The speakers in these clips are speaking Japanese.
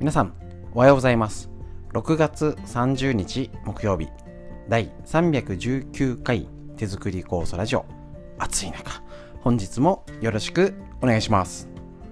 皆さんおはようございます。6月30日木曜日、第319回手作り酵素ラジオ。暑い中、本日もよろしくお願いします。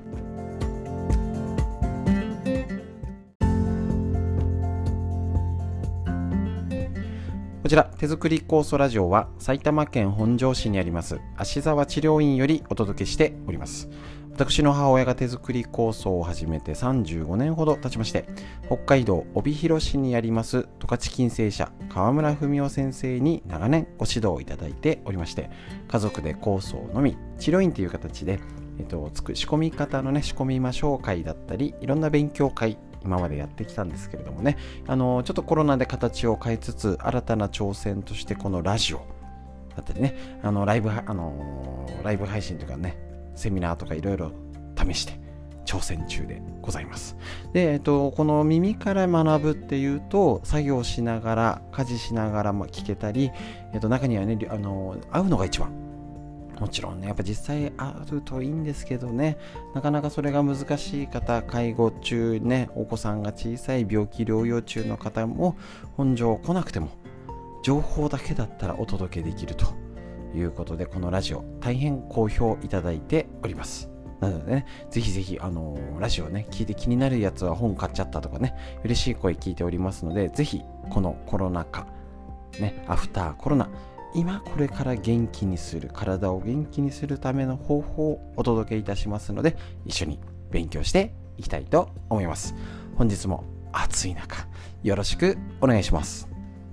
こちら手作り酵素ラジオは埼玉県本庄市にあります芦沢治療院よりお届けしております。私の母親が手作り酵素を始めて35年ほど経ちまして、北海道帯広市にあります十勝金星社川村文夫先生に長年ご指導いただいておりまして、家族で酵素を飲み、治療院という形で、仕込み方の仕込みましょう会だったり、いろんな勉強会今までやってきたんですけれどもね、ちょっとコロナで形を変えつつ、新たな挑戦としてこのラジオだったりね、ライブ配信とかね、セミナーとかいろいろ試して挑戦中でございます。で、この耳から学ぶっていうと、作業しながら家事しながらも聞けたり、中にはね、会うのが一番もちろんね、やっぱ実際会うといいんですけどね、なかなかそれが難しい方、介護中ね、お子さんが小さい病気療養中の方も本庄来なくても情報だけだったらお届けできるということで、このラジオ大変好評いただいております。なのでね、ぜひぜひラジオね聞いて気になるやつは本買っちゃったとかね、嬉しい声聞いておりますので、ぜひこのコロナ禍ね、アフターコロナ、今これから元気にする、体を元気にするための方法をお届けいたしますので、一緒に勉強していきたいと思います。本日も暑い中よろしくお願いします。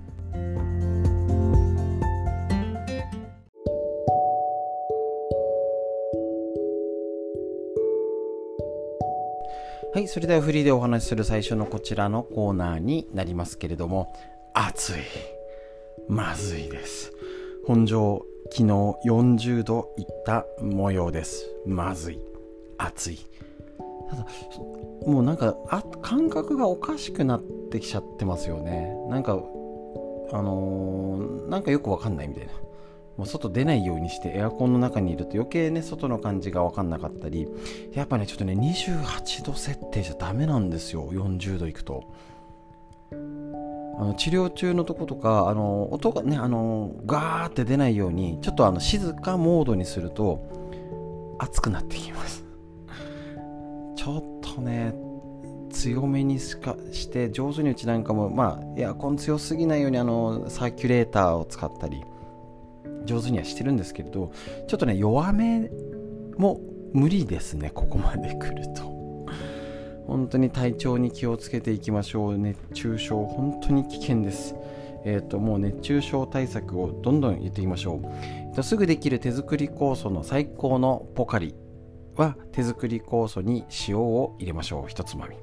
はい、それではフリーでお話しする最初のこちらのコーナーになりますけれども、暑い、まずいです。本庄昨日40度いった模様です。まずい、暑い。ただもうなんか感覚がおかしくなってきちゃってますよね。なんかよくわかんないみたいな。もう外出ないようにしてエアコンの中にいると余計ね、外の感じが分かんなかったり、やっぱねちょっとね28度設定じゃダメなんですよ。40度いくと治療中のとことか音がねガーって出ないようにちょっと静かモードにすると熱くなってきますちょっとね強めにして上手にうちなんかもエアコン強すぎないようにサーキュレーターを使ったり上手にはしてるんですけれど、ちょっとね弱めも無理ですね。ここまで来ると本当に体調に気をつけていきましょう。熱中症本当に危険です。もう熱中症対策をどんどん言っていきましょう。すぐできる手作り酵素の最高のポカリは、手作り酵素に塩を入れましょう。一つまみ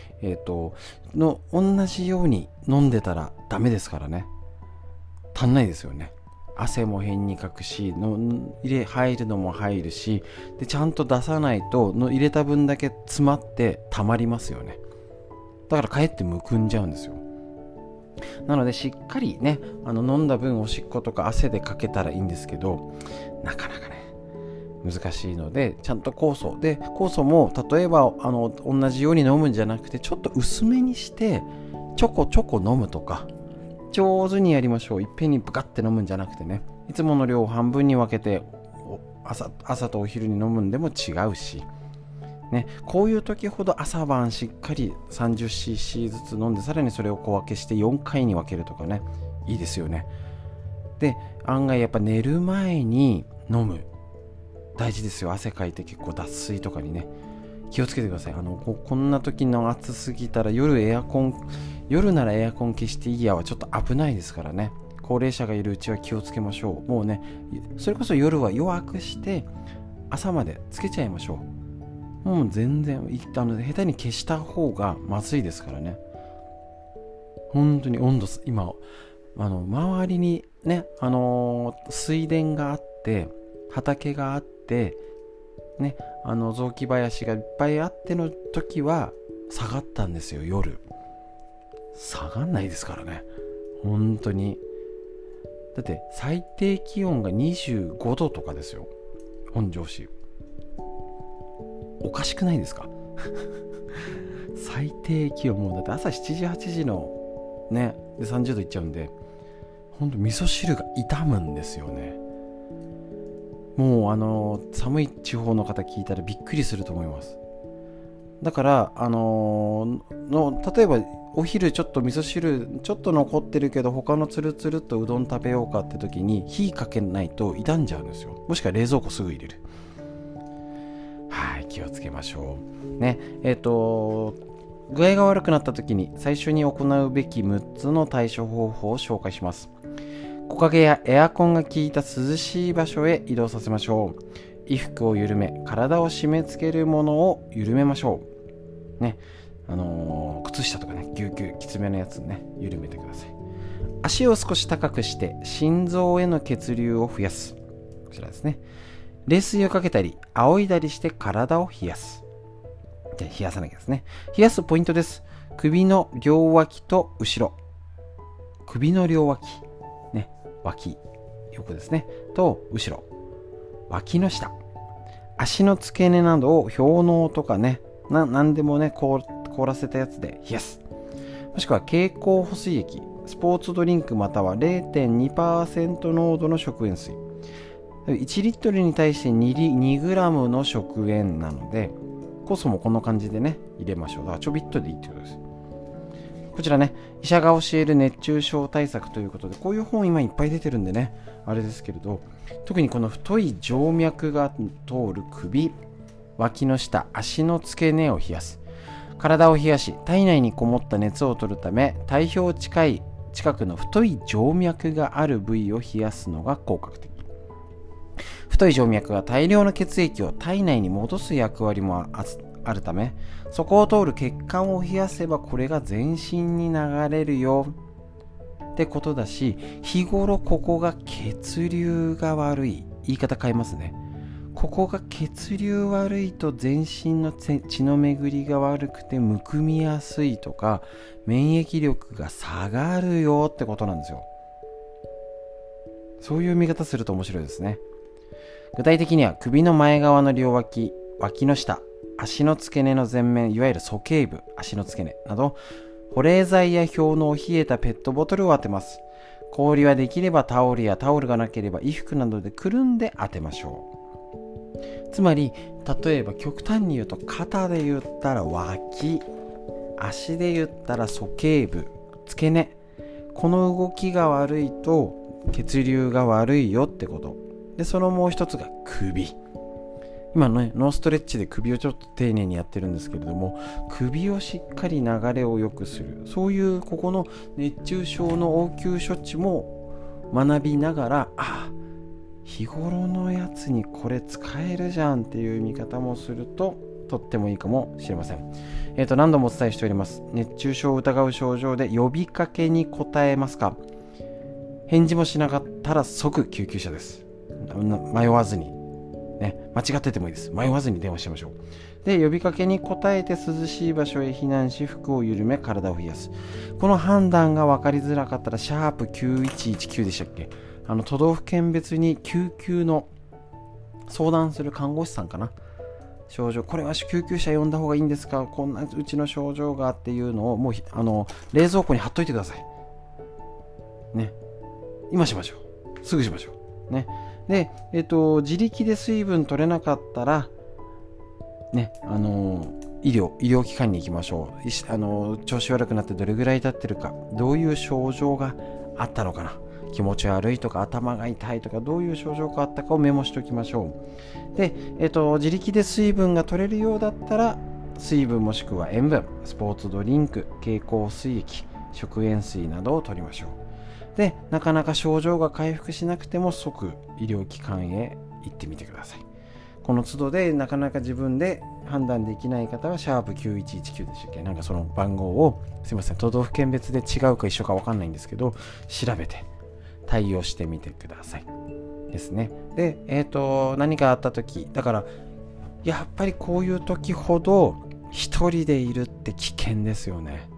同じように飲んでたらダメですからね。足んないですよね。汗も変にかくし、入るのも入るし、でちゃんと出さないと入れた分だけ詰まって溜まりますよね。だからかえってむくんじゃうんですよ。なのでしっかりね飲んだ分おしっことか汗でかけたらいいんですけど、なかなかね難しいので、ちゃんと酵素も例えば同じように飲むんじゃなくて、ちょっと薄めにしてちょこちょこ飲むとか、上手にやりましょう。いっぺんにブカって飲むんじゃなくてね、いつもの量を半分に分けて朝とお昼に飲むんでも違うしね、こういう時ほど朝晩しっかり 30cc ずつ飲んで、さらにそれを小分けして4回に分けるとかね、いいですよね。で案外やっぱ寝る前に飲む大事ですよ。汗かいて結構脱水とかにね気をつけてください。こんな時の暑すぎたら夜ならエアコン消していいやはちょっと危ないですからね。高齢者がいるうちは気をつけましょう。もうねそれこそ夜は弱くして朝までつけちゃいましょう。もう全然下手に消した方がまずいですからね。本当に温度今周りにね水田があって畑があってね、雑木林がいっぱいあっての時は下がったんですよ。夜下がんないですからね。本当にだって最低気温が25度とかですよ。本庄市おかしくないですか最低気温もだって朝7時8時のねで30度いっちゃうんで、ほんと味噌汁が傷むんですよね。もう寒い地方の方聞いたらびっくりすると思います。だから例えばお昼ちょっと味噌汁ちょっと残ってるけど他のつるつるっとうどん食べようかって時に火かけないと傷んじゃうんですよ。もしくは冷蔵庫すぐ入れる。はい、気をつけましょうね。具合が悪くなった時に最初に行うべき6つの対処方法を紹介します。木陰やエアコンが効いた涼しい場所へ移動させましょう。衣服を緩め、体を締め付けるものを緩めましょうね。靴下とかね、ぎゅうぎゅうきつめのやつね、緩めてください。足を少し高くして心臓への血流を増やす。こちらですね。冷水をかけたり仰いだりして体を冷やす。冷やさなきゃですね。冷やすポイントです。首の両脇と後ろ、首の両脇ね、脇横ですねと後ろ、脇の下、足の付け根などを氷嚢とかね、なんでもね凍らせたやつで冷やす。もしくは経口補水液、スポーツドリンクまたは 0.2% 濃度の食塩水、1リットルに対して2グラムの食塩なので、コスもこの感じでね入れましょう。だからちょびっとでいいってことです。こちらね、医者が教える熱中症対策ということで、こういう本今いっぱい出てるんでねあれですけれど、特にこの太い静脈が通る首、脇の下、足の付け根を冷やす。体を冷やし体内にこもった熱を取るため、体表近くの太い静脈がある部位を冷やすのが効果的。太い静脈が大量の血液を体内に戻す役割もあるため、そこを通る血管を冷やせばこれが全身に流れるよってことだし、日頃ここが血流が悪い、言い方変えますね。ここが血流悪いと全身の血の巡りが悪くてむくみやすいとか、免疫力が下がるよってことなんですよ。そういう見方すると面白いですね。具体的には首の前側の両脇、脇の下、足の付け根の前面、いわゆる鼠径部、足の付け根など、保冷剤や氷の冷えたペットボトルを当てます。氷はできればタオルやタオルがなければ衣服などでくるんで当てましょう。つまり、例えば極端に言うと、肩で言ったら脇、足で言ったら鼠径部、付け根、この動きが悪いと血流が悪いよってことで、そのもう一つが首。今ね、ノーストレッチで首をちょっと丁寧にやってるんですけれども、首をしっかり流れを良くする、そういうここの熱中症の応急処置も学びながら、日頃のやつにこれ使えるじゃんっていう見方もするととってもいいかもしれません。何度もお伝えしております。熱中症を疑う症状で呼びかけに答えますか？返事もしなかったら即救急車です。迷わずにね、間違っててもいいです。迷わずに電話しましょう。で、呼びかけに応えて涼しい場所へ避難し、服を緩め体を冷やす。この判断が分かりづらかったら#9119でしたっけ、都道府県別に救急の相談する看護師さんかな、症状、これは救急車呼んだ方がいいんですか、こんなうちの症状がっていうのをもう冷蔵庫に貼っといてくださいね。今しましょう。すぐしましょうね。で、自力で水分取れなかったらね、医療機関に行きましょう。調子悪くなってどれぐらい経ってるか、どういう症状があったのかな、気持ち悪いとか頭が痛いとか、どういう症状があったかをメモしておきましょう。で、自力で水分が取れるようだったら、水分もしくは塩分、スポーツドリンク、経口水液、食塩水などを取りましょう。で、なかなか症状が回復しなくても即医療機関へ行ってみてください。この都度でなかなか自分で判断できない方は#9119でしたっけ、なんかその番号を、すいません、都道府県別で違うか一緒か分かんないんですけど、調べて対応してみてくださいですね。で、何かあった時だから、やっぱりこういう時ほど一人でいるって危険ですよね。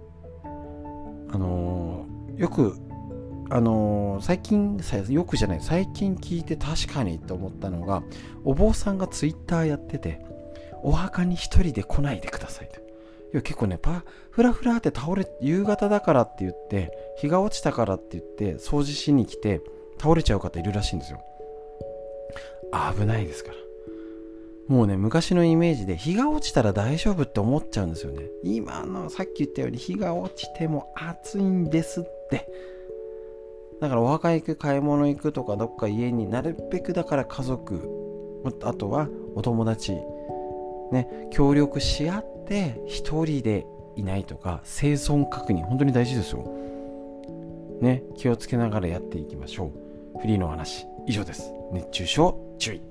よく最近聞いて確かにと思ったのが、お坊さんがツイッターやってて、お墓に一人で来ないでくださいと。 いや結構ねフラフラって夕方だからって言って日が落ちたからって言って掃除しに来て倒れちゃう方いるらしいんですよ。危ないですから。もうね、昔のイメージで日が落ちたら大丈夫って思っちゃうんですよね。今のさっき言ったように日が落ちても暑いんですって。だからお墓行く、買い物行くとかどっか家になるべくだから家族、あとはお友達ね、協力し合って一人でいないとか生存確認本当に大事ですよね。気をつけながらやっていきましょう。フリーのお話以上です。熱中症注意。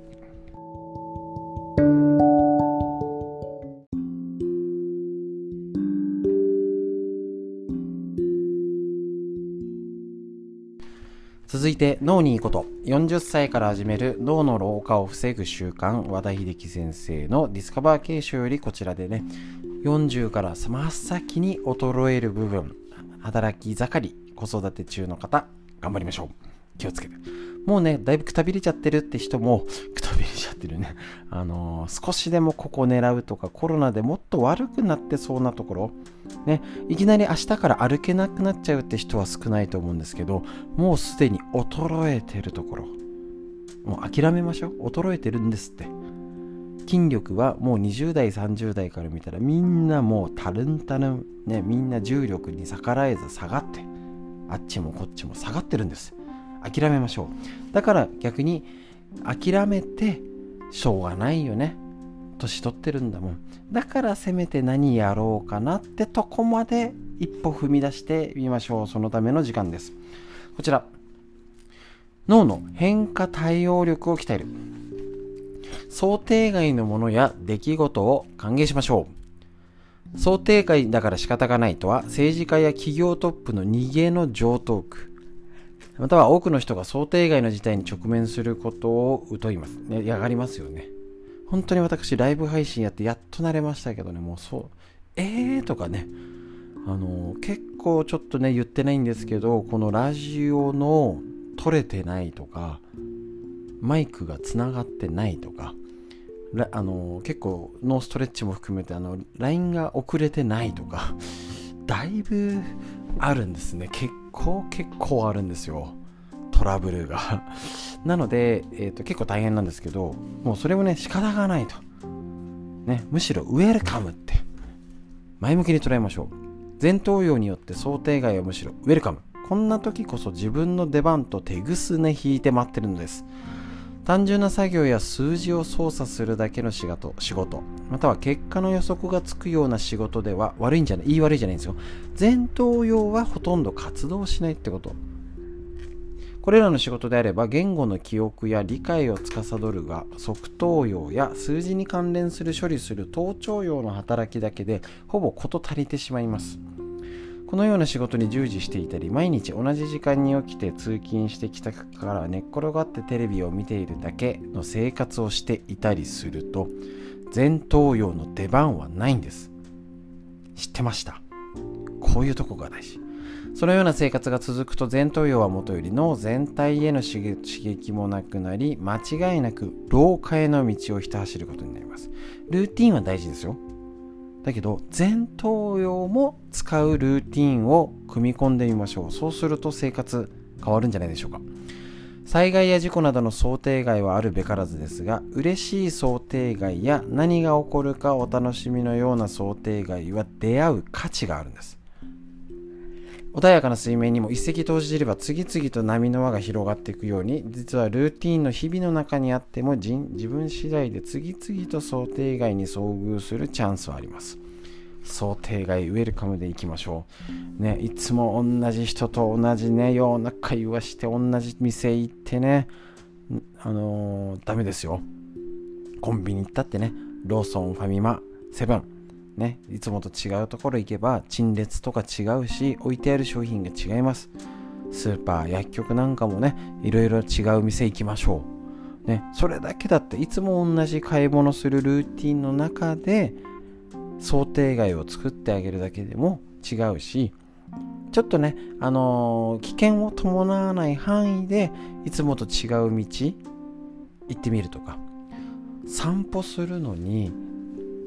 続いて脳にいいこと、40歳から始める脳の老化を防ぐ習慣、和田秀樹先生のディスカバー継承より、こちらでね、40から真っ先に衰える部分、働き盛り、子育て中の方頑張りましょう。気をつけて。もうね、だいぶくたびれちゃってるって人もくたびれちゃってるね、少しでもここ狙うとか、コロナでもっと悪くなってそうなところね、いきなり明日から歩けなくなっちゃうって人は少ないと思うんですけど、もうすでに衰えてるところ、もう諦めましょう。衰えてるんですって。筋力はもう20代30代から見たらみんなもうたるんたるんね、みんな重力に逆らえず下がって、あっちもこっちも下がってるんです。諦めましょう。だから逆に諦めてしょうがないよね、年取ってるんだもん、だからせめて何やろうかなってとこまで一歩踏み出してみましょう。そのための時間です。こちら、脳の変化対応力を鍛える。想定外のものや出来事を歓迎しましょう。想定外だから仕方がないとは、政治家や企業トップの逃げの常套句、または多くの人が想定外の事態に直面することを疎います、ね、嫌がりますよね。本当に私ライブ配信やってやっと慣れましたけどね、もうそうとかね、結構ちょっとね言ってないんですけど、このラジオの取れてないとか、マイクがつながってないとか、結構ノーストレッチも含めてLINE が遅れてないとか、だいぶあるんですね。結構あるんですよ、トラブルがなので、結構大変なんですけど、もうそれもね仕方がないとね、むしろウェルカムって前向きに捉えましょう。前頭葉によって想定外はむしろウェルカム。こんな時こそ自分の出番と手ぐすね引いて待ってるのです。単純な作業や数字を操作するだけの仕事、または結果の予測がつくような仕事では言い悪いじゃないんですよ。前頭葉はほとんど活動しないってこと。これらの仕事であれば言語の記憶や理解を司るが、側頭葉や数字に関連する処理する頭頂葉の働きだけでほぼ事足りてしまいます。このような仕事に従事していたり、毎日同じ時間に起きて通勤して帰宅から寝っ転がってテレビを見ているだけの生活をしていたりすると、前頭葉の出番はないんです。知ってました？こういうとこが大事。そのような生活が続くと、前頭葉はもとより脳全体への刺激もなくなり、間違いなく老化への道をひた走ることになります。ルーティンは大事ですよ。だけど前頭葉も使うルーティンを組み込んでみましょう。そうすると生活変わるんじゃないでしょうか。災害や事故などの想定外はあるべからずですが、嬉しい想定外や何が起こるかお楽しみのような想定外は出会う価値があるんです。穏やかな水面にも一石投じれば次々と波の輪が広がっていくように、実はルーティンの日々の中にあっても自分次第で次々と想定外に遭遇するチャンスはあります。想定外ウェルカムでいきましょうね。いつも同じ人と同じねような会話して同じ店行ってね、ダメですよ。コンビニ行ったってね、ローソン、ファミマ、セブンね、いつもと違うところ行けば陳列とか違うし、置いてある商品が違います。スーパー、薬局なんかもね、いろいろ違う店行きましょうね。それだけだって、いつも同じ買い物するルーティンの中で想定外を作ってあげるだけでも違うし、ちょっとね、危険を伴わない範囲でいつもと違う道行ってみるとか、散歩するのに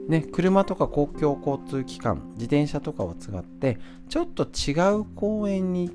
ね、車とか公共交通機関、自転車とかを使ってちょっと違う公園に行って、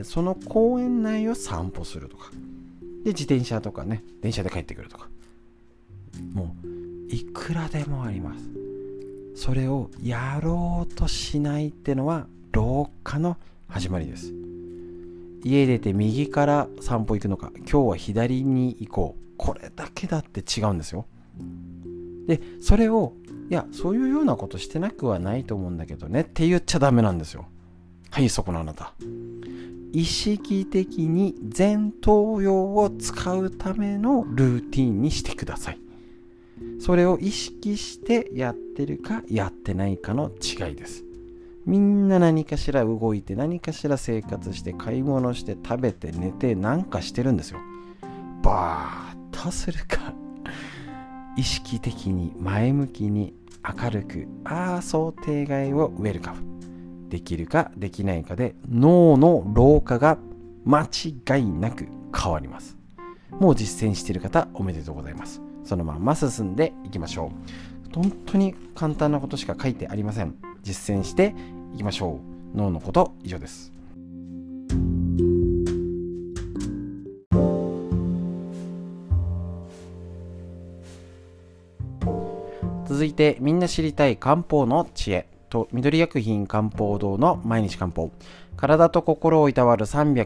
その公園内を散歩するとかで、自転車とかね、電車で帰ってくるとか、もういくらでもあります。それをやろうとしないってのは老化の始まりです。家出て右から散歩行くのか、今日は左に行こう、これだけだって違うんですよ。でそれを、いやそういうようなことしてなくはないと思うんだけどねって言っちゃダメなんですよ。はい、そこのあなた、意識的に前頭葉を使うためのルーティンにしてください。それを意識してやってるかやってないかの違いです。みんな何かしら動いて、何かしら生活して、買い物して、食べて、寝て、なんかしてるんですよ。バーッとするか、意識的に前向きに明るく想定外をウェルカムできるかできないかで、脳の老化が間違いなく変わります。もう実践している方おめでとうございます。そのまま進んでいきましょう。本当に簡単なことしか書いてありません。実践していきましょう。脳のこと、以上です。続いて、みんな知りたい漢方の知恵と、緑薬品漢方堂の毎日漢方、体と心をいたわる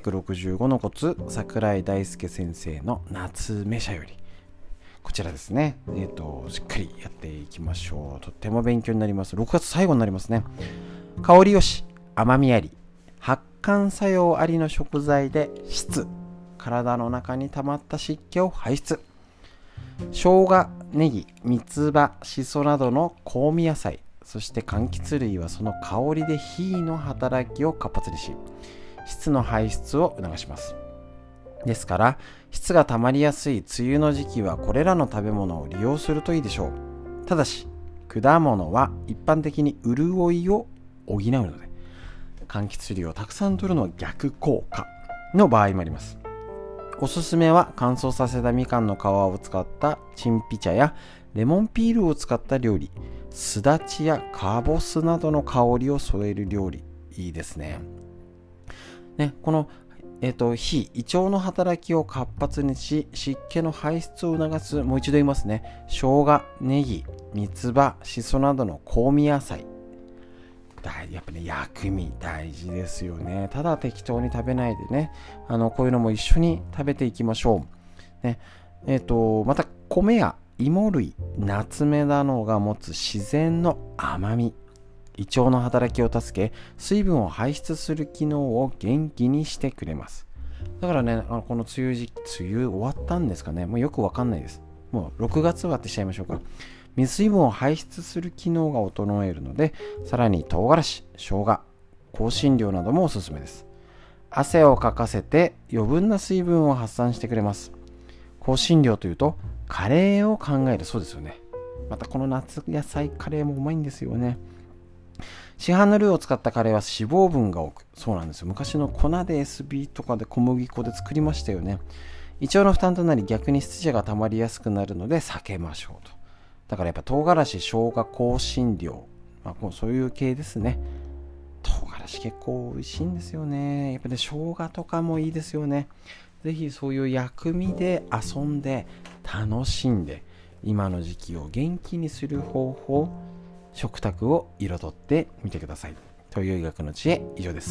365のコツ、櫻井大輔先生の夏目社より、こちらですね、しっかりやっていきましょう。とっても勉強になります。6月最後になりますね。香りよし、甘みあり、発汗作用ありの食材で質、体の中に溜まった湿気を排出。生姜、ネギ、三つ葉、しそなどの香味野菜、そして柑橘類はその香りで脾の働きを活発にし、質の排出を促します。ですから、質が溜まりやすい梅雨の時期はこれらの食べ物を利用するといいでしょう。ただし、果物は一般的に潤いを補うので、柑橘類をたくさん摂るのは逆効果の場合もあります。おすすめは乾燥させたみかんの皮を使ったチンピ茶やレモンピールを使った料理、すだちやカボスなどの香りを添える料理、いいですね。この脾、胃腸の働きを活発にし、湿気の排出を促す。もう一度言いますね。生姜、ネギ、三つ葉、しそなどの香味野菜、やっぱね、薬味大事ですよね。ただ適当に食べないでね、こういうのも一緒に食べていきましょうね。また米や芋類、ナツメなどが持つ自然の甘み、胃腸の働きを助け、水分を排出する機能を元気にしてくれます。だからね、この梅雨終わったんですかね。もうよくわかんないです。もう6月終わってしちゃいましょうか。水分を排出する機能が衰えるので、さらに唐辛子、生姜、香辛料などもおすすめです。汗をかかせて余分な水分を発散してくれます。香辛料というとカレーを考えるそうですよね。またこの夏野菜カレーもうまいんですよね。市販のルーを使ったカレーは脂肪分が多く、そうなんですよ。昔の粉で SB とかで小麦粉で作りましたよね。胃腸の負担となり、逆に湿気が溜まりやすくなるので避けましょうと。だからやっぱ唐辛子、生姜、香辛料、そういう系ですね。唐辛子結構美味しいんですよね。やっぱね、生姜とかもいいですよね。ぜひそういう薬味で遊んで楽しんで、今の時期を元気にする方法、食卓を彩ってみてください。という医学の知恵、以上です。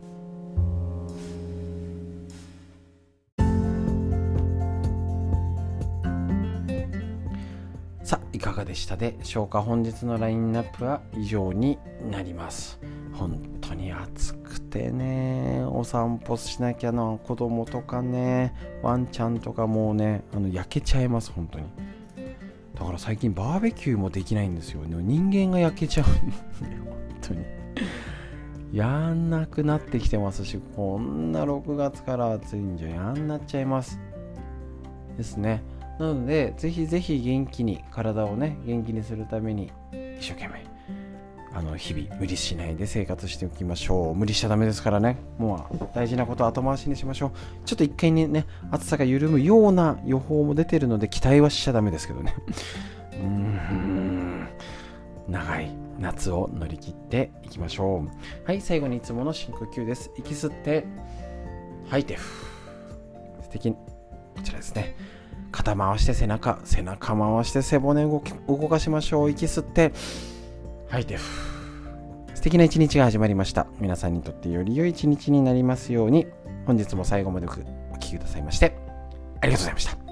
さあ、いかがでしたでしょうか。本日のラインナップは以上になります。本当に暑くてね、お散歩しなきゃな、子供とかね、ワンちゃんとかもうね、焼けちゃいます、本当に。だから最近バーベキューもできないんですよね。人間が焼けちゃうんで、本当にやんなくなってきてますし、こんな6月から暑いんじゃやんなっちゃいますですね。なのでぜひぜひ元気に、体をね元気にするために一生懸命日々無理しないで生活しておきましょう。無理しちゃダメですからね。もう大事なことは後回しにしましょう。ちょっと一回にね、暑さが緩むような予報も出てるので期待はしちゃダメですけどね長い夏を乗り切っていきましょう。はい、最後にいつもの深呼吸です。息吸って吐いて、素敵に、こちらですね、肩回して背中回して背骨動かしましょう。息吸って吐いて、素敵な一日が始まりました。皆さんにとってより良い一日になりますように。本日も最後までお聞きくださいましてありがとうございました。